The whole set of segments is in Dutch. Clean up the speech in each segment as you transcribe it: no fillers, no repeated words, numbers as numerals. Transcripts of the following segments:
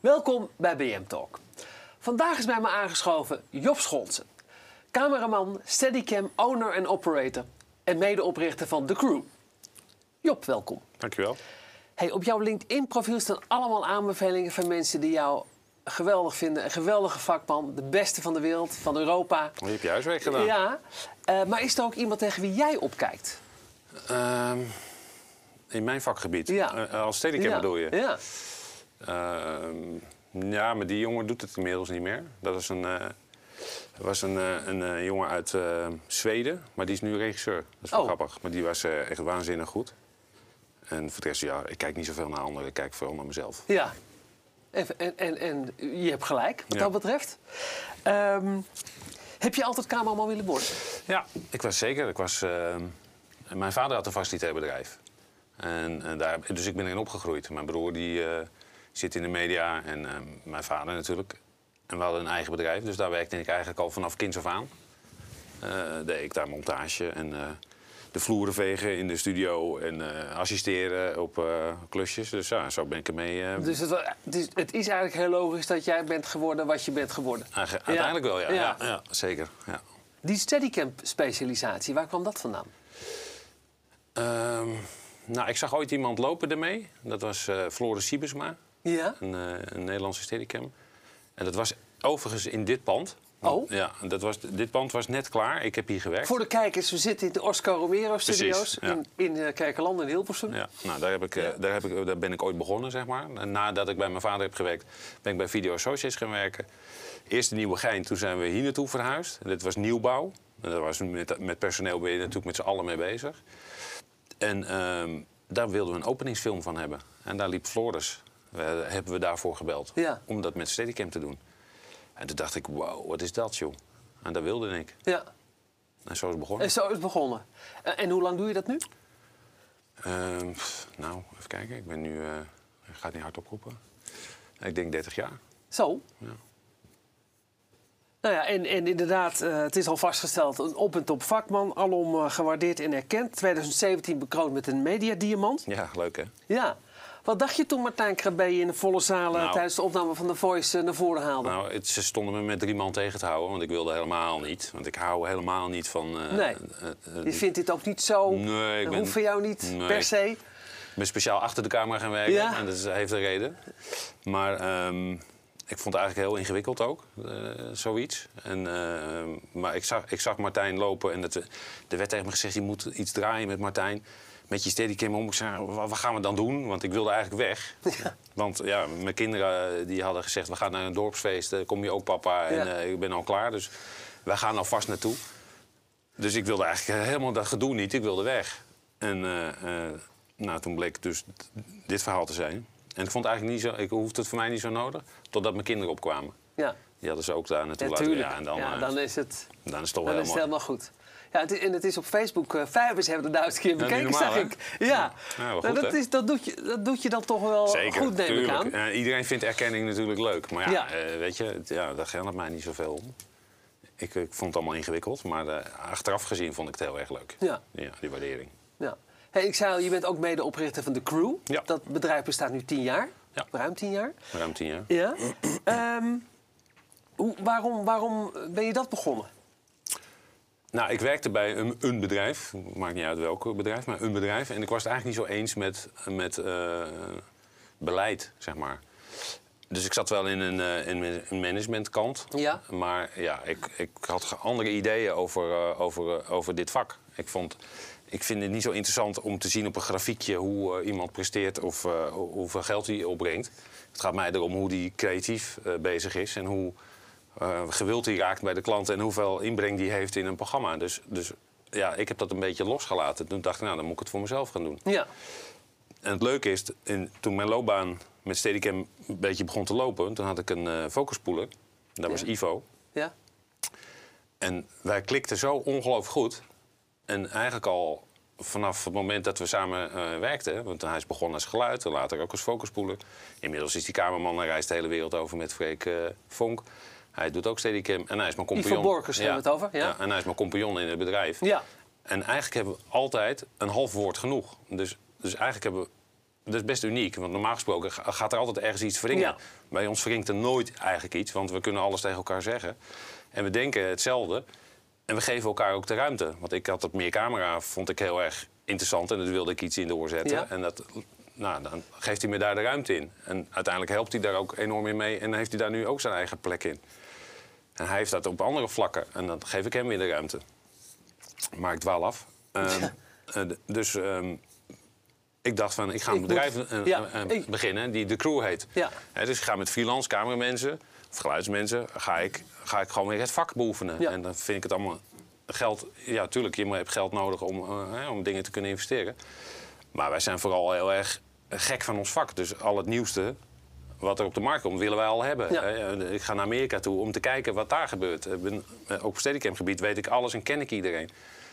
Welkom bij BM Talk. Vandaag is bij me aangeschoven Job Scholzen. Cameraman, steadicam, owner en operator. En medeoprichter van The Crew. Job, welkom. Dankjewel. Hey, op jouw LinkedIn-profiel staan allemaal aanbevelingen van mensen die jou geweldig vinden. Een geweldige vakman, de beste van de wereld, van Europa. Je hebt je huiswerk gedaan. Ja, maar is er ook iemand tegen wie jij opkijkt? In mijn vakgebied? Ja. Als steadicam bedoel je? Ja. Ja, maar die jongen doet het inmiddels niet meer. Dat was een jongen uit Zweden, maar die is nu regisseur. Dat is wel grappig. Maar die was echt waanzinnig goed. En voor de rest, ja, ik kijk niet zoveel naar anderen. Ik kijk vooral naar mezelf. Ja. En je hebt gelijk, wat dat betreft. Heb je altijd cameraman willen worden? Ja, ik was zeker. Mijn vader had een facilitair bedrijf. Dus ik ben erin opgegroeid. Mijn broer die zit in de media en mijn vader natuurlijk. En we hadden een eigen bedrijf, dus daar werkte ik eigenlijk al vanaf kinds af aan. Deed ik daar montage en de vloeren vegen in de studio en assisteren op klusjes. Dus ja, zo ben ik ermee. Dus het is eigenlijk heel logisch dat jij bent geworden wat je bent geworden. Uiteindelijk wel, ja. Ja, zeker. Ja. Die steadicam-specialisatie, waar kwam dat vandaan? Nou, ik zag ooit iemand lopen ermee. Dat was Floris Siebersma, een Nederlandse steadicam. En dat was overigens in dit pand. Oh? Ja, dit pand was net klaar. Ik heb hier gewerkt. Voor de kijkers, we zitten in de Oscar Romero-studio's in Kerkeland in Hilversum. Ja, nou, daar ben ik ooit begonnen, zeg maar. En nadat ik bij mijn vader heb gewerkt, ben ik bij Video Associates gaan werken. Eerst in Nieuwegein, toen zijn we hier naartoe verhuisd. En dit was nieuwbouw. En daar was met personeel ben je natuurlijk met z'n allen mee bezig. En daar wilden we een openingsfilm van hebben. En daar liep Floris. Hebben we daarvoor gebeld. Ja. Om dat met steadicam te doen. En toen dacht ik, wow, wat is dat, joh? En dat wilde ik. Ja. En zo is het begonnen. En hoe lang doe je dat nu? Nou, even kijken. Ik ben nu... ik ga het niet hard oproepen. Ik denk 30 jaar. Zo? Ja. Nou ja, en inderdaad, het is al vastgesteld, een op- en top vakman. Alom gewaardeerd en erkend. 2017 bekroond met een mediadiamant. Ja, leuk hè? Ja. Wat dacht je toen Martijn Krabbe in de volle zalen tijdens de opname van The Voice naar voren haalde? Nou, ze stonden me met 3 man tegen te houden, want ik wilde helemaal niet. Want ik hou helemaal niet van... nee, je vindt dit ook niet zo... Nee, dat hoeft voor jou niet per se? Ik ben speciaal achter de camera gaan werken en dat heeft een reden. Maar ik vond het eigenlijk heel ingewikkeld ook, zoiets. Maar ik zag Martijn lopen en er werd tegen me gezegd... je moet iets draaien met Martijn. Met je steadicam om. Ik zei, wat gaan we dan doen? Want ik wilde eigenlijk weg. Ja. Want ja, mijn kinderen die hadden gezegd... we gaan naar een dorpsfeest, kom je ook papa? En ik ben al klaar, dus wij gaan alvast naartoe. Dus ik wilde eigenlijk helemaal dat gedoe niet. Ik wilde weg. En toen bleek dus dit verhaal te zijn. En ik vond het eigenlijk niet zo... Ik hoefde het voor mij niet zo nodig. Totdat mijn kinderen opkwamen. Ja. Die hadden ze ook daar naartoe laten. Ja, en dan is het... Dan is het toch wel helemaal goed. Ja, het is op Facebook 75.000 keer bekeken, normaal, zeg ik. Ja, goed, dat doet je dan toch wel goed, neem ik aan. Iedereen vindt erkenning natuurlijk leuk. Maar ja, weet je, dat geldt mij niet zoveel om. Ik vond het allemaal ingewikkeld, maar achteraf gezien vond ik het heel erg leuk. Ja, die waardering. Ja. Hey, ik zei al, je bent ook medeoprichter van The Crew. Ja. Dat bedrijf bestaat nu 10 jaar. Ja. Ruim 10 jaar. Ruim 10 jaar. Ja. Waarom ben je dat begonnen? Nou, ik werkte bij een bedrijf. Maakt niet uit welk bedrijf, maar een bedrijf. En ik was het eigenlijk niet zo eens met beleid, zeg maar. Dus ik zat wel in een managementkant. Ja. Maar ja, ik had andere ideeën over dit vak. Ik vind het niet zo interessant om te zien op een grafiekje hoe iemand presteert of hoeveel geld hij opbrengt. Het gaat mij erom hoe die creatief bezig is en hoe gewild hij raakt bij de klant en hoeveel inbreng die heeft in een programma. Dus ja, ik heb dat een beetje losgelaten. Toen dacht ik, nou, dan moet ik het voor mezelf gaan doen. Ja. En het leuke is, toen mijn loopbaan met steadicam een beetje begon te lopen, toen had ik een focuspoeler. Dat was Ivo. Ja. En wij klikten zo ongelooflijk goed. En eigenlijk al vanaf het moment dat we samen werkten... want hij is begonnen als geluid, later ook als focuspoeler. Inmiddels is die cameraman en reist de hele wereld over met Freek Vonk. Hij doet ook steadicam en hij is mijn compagnon. Ivo Borkers hebben we het over. Ja, en hij is mijn compagnon in het bedrijf. Ja. En eigenlijk hebben we altijd een half woord genoeg. Dus eigenlijk hebben we dat is best uniek. Want normaal gesproken gaat er altijd ergens iets wringen. Ja. Bij ons wringt er nooit eigenlijk iets. Want we kunnen alles tegen elkaar zeggen. En we denken hetzelfde. En we geven elkaar ook de ruimte. Want ik had dat meercamera, vond ik heel erg interessant. En daar wilde ik iets in doorzetten. Ja. En dan geeft hij me daar de ruimte in. En uiteindelijk helpt hij daar ook enorm in mee. En dan heeft hij daar nu ook zijn eigen plek in. En hij heeft dat op andere vlakken. En dan geef ik hem weer de ruimte. Maar ik dwaal af. Dus ik dacht van, ik ga een bedrijf beginnen die The Crew heet. Ja. Dus ik ga met freelance cameramensen of geluidsmensen... ga ik gewoon weer het vak beoefenen. Ja. En dan vind ik het allemaal geld... Ja, tuurlijk, je hebt geld nodig om dingen te kunnen investeren. Maar wij zijn vooral heel erg gek van ons vak. Dus al het nieuwste wat er op de markt komt, willen wij al hebben. Ja. Ik ga naar Amerika toe om te kijken wat daar gebeurt. Ook op Steadicam gebied weet ik alles en ken ik iedereen.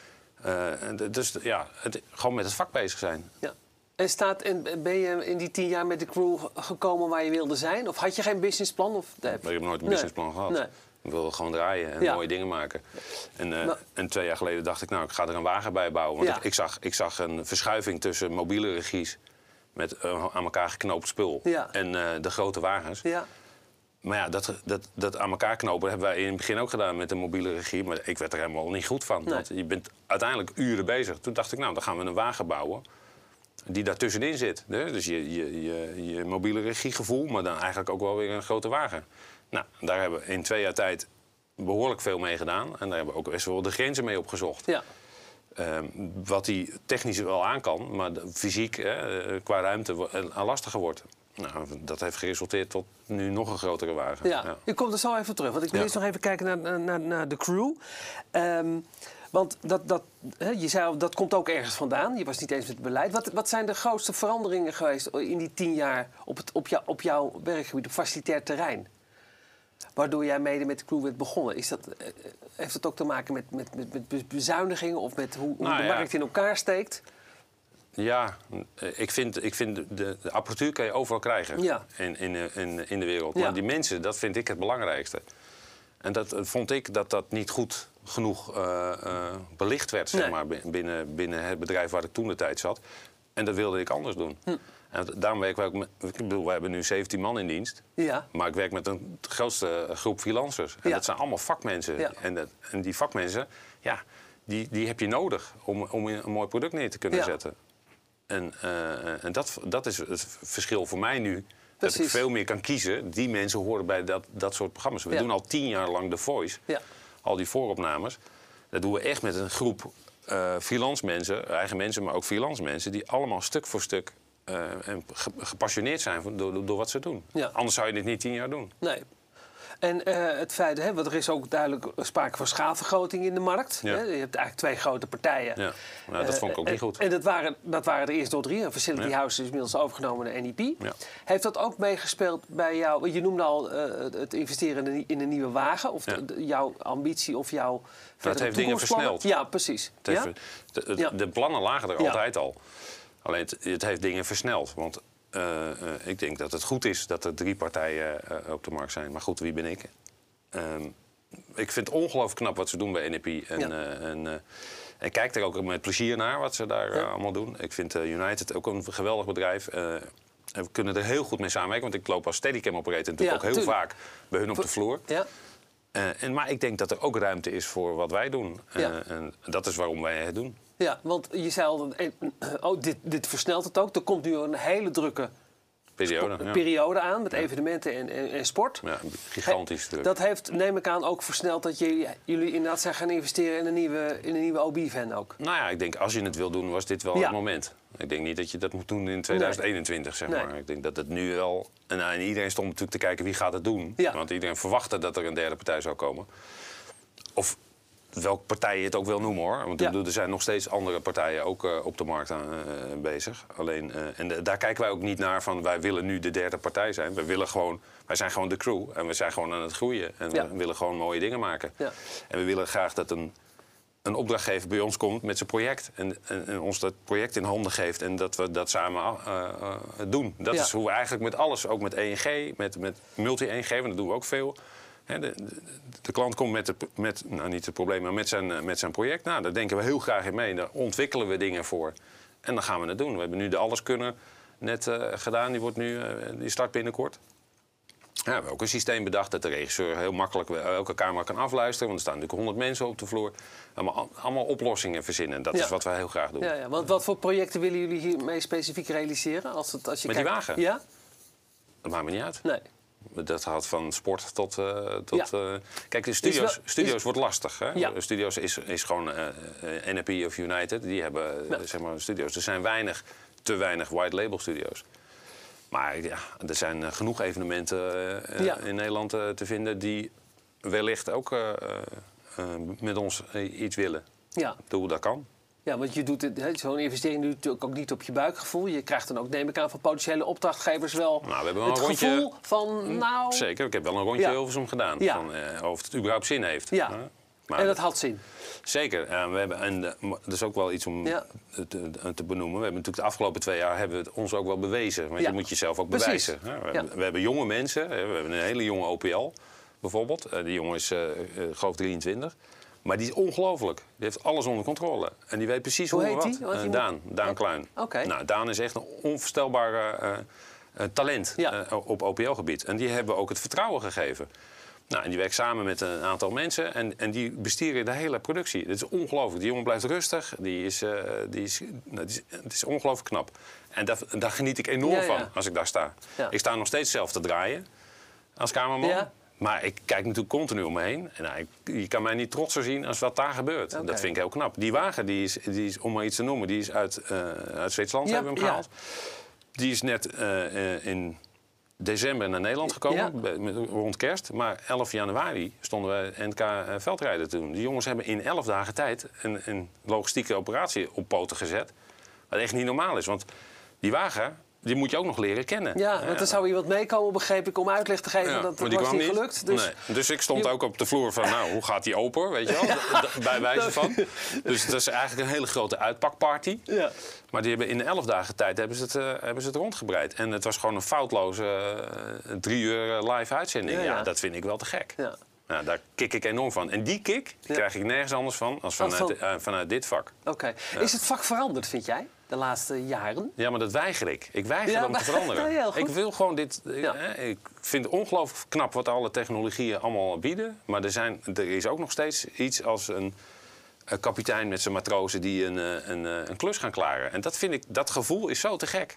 Dus ja, gewoon met het vak bezig zijn. Ja. En ben je in die 10 jaar met de Crew gekomen waar je wilde zijn? Of had je geen businessplan? Of, Ik heb nooit een businessplan gehad. Nee. Ik wilde gewoon draaien en mooie dingen maken. En 2 jaar geleden dacht ik, ik ga er een wagen bij bouwen. Want ik zag een verschuiving tussen mobiele regies... met aan elkaar geknoopt spul en de grote wagens. Ja. Maar ja, dat aan elkaar knopen hebben wij in het begin ook gedaan met de mobiele regie. Maar ik werd er helemaal niet goed van. Nee. Want je bent uiteindelijk uren bezig. Toen dacht ik, dan gaan we een wagen bouwen die daartussenin zit. Dus je mobiele regiegevoel, maar dan eigenlijk ook wel weer een grote wagen. Nou, daar hebben we in 2 jaar tijd behoorlijk veel mee gedaan. En daar hebben we ook best wel de grenzen mee opgezocht. Ja. Wat die technisch wel aan kan, maar fysiek qua ruimte lastiger wordt. Nou, dat heeft geresulteerd tot nu nog een grotere wagen. Ja. Je komt er zo even terug. Want ik wil eerst nog even kijken naar de Crew. Want je zei, dat komt ook ergens vandaan. Je was niet eens met het beleid. Wat zijn de grootste veranderingen geweest in die 10 jaar op jouw werkgebied, op facilitair terrein? Waardoor jij mede met de Crew bent begonnen. Heeft dat ook te maken met bezuinigingen of met hoe de markt in elkaar steekt? Ja, ik vind de apparatuur kan je overal krijgen in de wereld. Ja. Maar die mensen, dat vind ik het belangrijkste. En dat vond ik dat niet goed genoeg belicht werd, zeg maar, binnen het bedrijf waar ik toen de tijd zat. En dat wilde ik anders doen. En daarom werken wij ook ik bedoel, we hebben nu 17 man in dienst. Ja. Maar ik werk met een grootste groep freelancers. En dat zijn allemaal vakmensen. Ja. En die vakmensen, die heb je nodig om een mooi product neer te kunnen zetten. En dat is het verschil voor mij nu. Precies. Dat ik veel meer kan kiezen. Die mensen horen bij dat soort programma's. We doen al 10 jaar lang The Voice. Ja. Al die vooropnames. Dat doen we echt met een groep freelance mensen. Eigen mensen, maar ook freelance mensen. Die allemaal stuk voor stuk gepassioneerd zijn door wat ze doen. Ja. Anders zou je dit niet 10 jaar doen. Nee. En het feit, want er is ook duidelijk sprake van schaalvergroting in de markt. Ja. Je hebt eigenlijk 2 grote partijen. Ja. Nou, dat vond ik ook niet goed. En dat waren de eerste 3. Een Facility House is inmiddels overgenomen door NEP. Ja. Heeft dat ook meegespeeld bij jou? Je noemde al het investeren in een nieuwe wagen. Of jouw ambitie of jouw het heeft dingen versneld. Ja, precies. De plannen lagen er altijd al. Alleen het heeft dingen versneld. Want ik denk dat het goed is dat er 3 partijen op de markt zijn. Maar goed, wie ben ik? Ik vind het ongelooflijk knap wat ze doen bij NEP. En kijk er ook met plezier naar wat ze daar allemaal doen. Ik vind United ook een geweldig bedrijf. En we kunnen er heel goed mee samenwerken. Want ik loop als Steadicam operator natuurlijk ook heel vaak bij hun op de vloer. Ja. Maar ik denk dat er ook ruimte is voor wat wij doen. En dat is waarom wij het doen. Ja, want je zei al, dit versnelt het ook. Er komt nu een hele drukke periode aan met evenementen en sport. Ja, gigantisch druk. Dat heeft, neem ik aan, ook versneld dat jullie inderdaad zijn gaan investeren in een nieuwe OB-van ook. Nou ja, ik denk als je het wil doen, was dit wel het moment. Ik denk niet dat je dat moet doen in 2021, zeg maar. Ik denk dat het nu wel... En iedereen stond natuurlijk te kijken wie gaat het doen. Ja. Want iedereen verwachtte dat er een derde partij zou komen. Of... welke partij je het ook wil noemen, hoor. Want er zijn nog steeds andere partijen ook op de markt bezig. Alleen, en daar kijken wij ook niet naar van wij willen nu de derde partij zijn. Wij zijn gewoon de Crew en we zijn gewoon aan het groeien. En we willen gewoon mooie dingen maken. Ja. En we willen graag dat een opdrachtgever bij ons komt met zijn project. En ons dat project in handen geeft en dat we dat samen doen. Dat is hoe we eigenlijk met alles, ook met ENG, met multi-ENG, want dat doen we ook veel... De klant komt niet het probleem, maar met zijn project. Nou, daar denken we heel graag in mee. Daar ontwikkelen we dingen voor. En dan gaan we het doen. We hebben nu de Alleskunner net gedaan. Die start binnenkort. Ja, we hebben ook een systeem bedacht dat de regisseur heel makkelijk elke camera kan afluisteren. Want er staan natuurlijk 100 mensen op de vloer. Allemaal oplossingen verzinnen. Dat is wat wij heel graag doen. Ja. Want wat voor projecten willen jullie hiermee specifiek realiseren? Met die wagen? Ja? Dat maakt me niet uit. Nee. Dat gaat van sport tot... Kijk, de studio's wordt lastig. Hè? Ja. Studio's is gewoon NAP of United. Die hebben zeg maar, studio's. Er zijn te weinig white label studio's. Maar ja, er zijn genoeg evenementen in Nederland te vinden... die wellicht ook met ons iets willen. Ja. Hoe dat kan. Ja, want je doet zo'n investering doe je natuurlijk ook niet op je buikgevoel. Je krijgt dan ook, neem ik aan, van potentiële opdrachtgevers wel, we hebben wel het een rondje, gevoel van, nou... Zeker, ik heb wel een rondje Hilversum gedaan. Ja. Van, of het überhaupt zin heeft. Ja. Maar en dat had zin. Zeker. Dat is ook wel iets om te benoemen. We hebben natuurlijk de afgelopen 2 jaar hebben we het ons ook wel bewezen. Want je moet jezelf ook bewijzen. We hebben jonge mensen. We hebben een hele jonge OPL bijvoorbeeld. Die jongen is geloof 23. Maar die is ongelooflijk. Die heeft alles onder controle. En die weet precies hoe en wat. Daan Kluin. Okay. Nou, Daan is echt een onvoorstelbare talent op OPL-gebied. En die hebben ook het vertrouwen gegeven. Nou, en die werkt samen met een aantal mensen en die bestieren de hele productie. Het is ongelooflijk. Die jongen blijft rustig. Het is ongelooflijk knap. En daar geniet ik enorm van als ik daar sta. Ja. Ik sta nog steeds zelf te draaien als cameraman. Ja. Maar ik kijk natuurlijk continu om me heen. En je kan mij niet trotser zien als wat daar gebeurt. Okay. Dat vind ik heel knap. Die wagen, die is om maar iets te noemen, die is uit Zwitserland hebben we hem gehaald. Die is net in december naar Nederland gekomen, rond kerst. Maar 11 januari stonden we NK veldrijden toen. Die jongens hebben in 11 dagen tijd een logistieke operatie op poten gezet. Wat echt niet normaal is, want die wagen... Die moet je ook nog leren kennen. Ja, want er zou iemand meekomen, begreep ik, om uitleg te geven. Dat was niet gelukt. Dus ik stond ook op de vloer van, hoe gaat die open? Weet je wel? Bij wijze van. Dus dat is eigenlijk een hele grote uitpakparty. Ja. Maar die hebben in 11 dagen tijd hebben ze het rondgebreid. En het was gewoon een foutloze 3 uur live uitzending. Ja, dat vind ik wel te gek. Ja. Nou, daar kik ik enorm van. En die kick krijg ik nergens anders van als vanuit dit vak. Oké. Ja. Is het vak veranderd, vind jij? De laatste jaren? Ja, maar dat weiger ik. Ik weiger om te veranderen. Ik wil gewoon dit... Ik vind het ongelooflijk knap wat alle technologieën allemaal bieden. Maar er is ook nog steeds iets als een kapitein met zijn matrozen die een klus gaan klaren. En dat gevoel is zo te gek.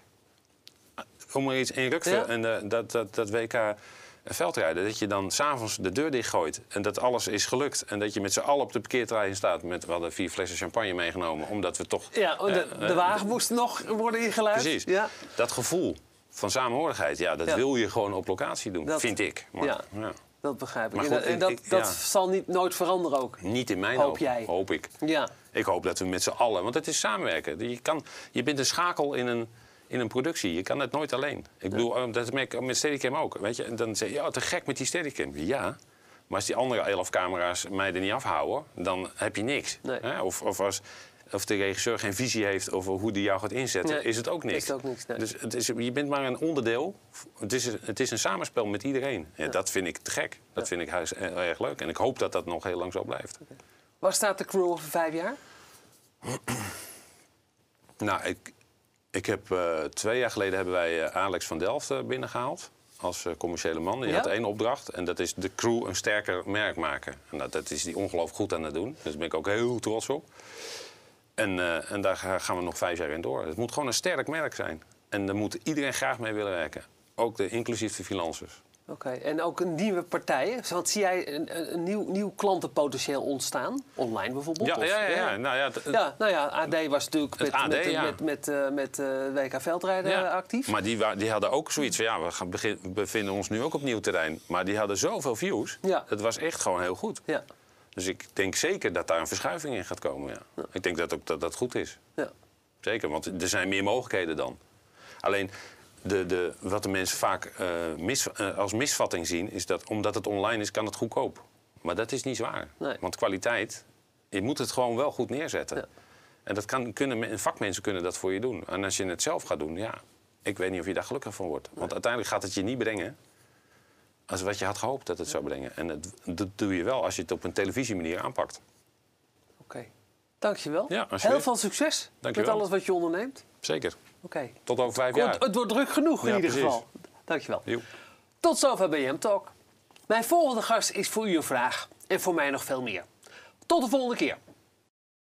Om er iets in Rukven en dat WK... veldrijden, dat je dan s'avonds de deur dichtgooit en dat alles is gelukt. En dat je met z'n allen op de parkeerterrein staat. We hadden 4 flessen champagne meegenomen, omdat we toch... Ja, de wagen moest nog worden ingeluid. Precies. Ja. Dat gevoel van samenhorigheid, dat wil je gewoon op locatie doen, vind ik. Maar, dat begrijp ik. Maar goed, dat zal nooit veranderen ook? Niet in mijn hoop ik. Ja. Ik hoop dat we met z'n allen, want het is samenwerken. Je bent een schakel in een productie. Je kan het nooit alleen. Ik bedoel, dat merk ik met Steadicam ook. Weet je? En dan zeg je, te gek met die Steadicam. Ja, maar als die andere 11 camera's mij er niet afhouden, dan heb je niks. Nee. Hè? Of de regisseur geen visie heeft over hoe die jou gaat inzetten, is het ook niks. Dus je bent maar een onderdeel. Het is een samenspel met iedereen. Ja, dat vind ik te gek. Dat vind ik erg leuk. En ik hoop dat dat nog heel lang zo blijft. Okay. Waar staat de crew over 5 jaar? Nou, ik heb 2 jaar geleden hebben wij Alex van Delft binnengehaald als commerciële man. Die had 1 opdracht en dat is de crew een sterker merk maken. En dat is die ongelooflijk goed aan het doen. Dus daar ben ik ook heel trots op. En daar gaan we nog 5 jaar in door. Het moet gewoon een sterk merk zijn. En daar moet iedereen graag mee willen werken. Ook inclusief de financiers. Oké, en ook nieuwe partijen? Want zie jij een nieuw klantenpotentieel ontstaan? Online bijvoorbeeld? Ja. AD was natuurlijk met WK Veldrijden actief. Maar die hadden ook zoiets van, we bevinden ons nu ook op nieuw terrein. Maar die hadden zoveel views. Ja. Het was echt gewoon heel goed. Ja. Dus ik denk zeker dat daar een verschuiving in gaat komen. Ja. Ja. Ik denk dat goed is. Ja. Zeker, want er zijn meer mogelijkheden dan. Alleen... wat de mensen vaak als misvatting zien, is dat omdat het online is, kan het goedkoop. Maar dat is niet waar. Nee. Want kwaliteit, je moet het gewoon wel goed neerzetten. Ja. En dat vakmensen kunnen dat voor je doen. En als je het zelf gaat doen, ik weet niet of je daar gelukkig van wordt. Want uiteindelijk gaat het je niet brengen als wat je had gehoopt dat het zou brengen. En dat doe je wel als je het op een televisiemanier aanpakt. Oké. Dankjewel. Ja, heel veel succes met alles wat je onderneemt. Zeker. Oké. Tot over 5 jaar. Het wordt druk genoeg in Ja, ieder precies. geval. Dankjewel. Joep. Tot zover BM Talk. Mijn volgende gast is voor u een vraag en voor mij nog veel meer. Tot de volgende keer.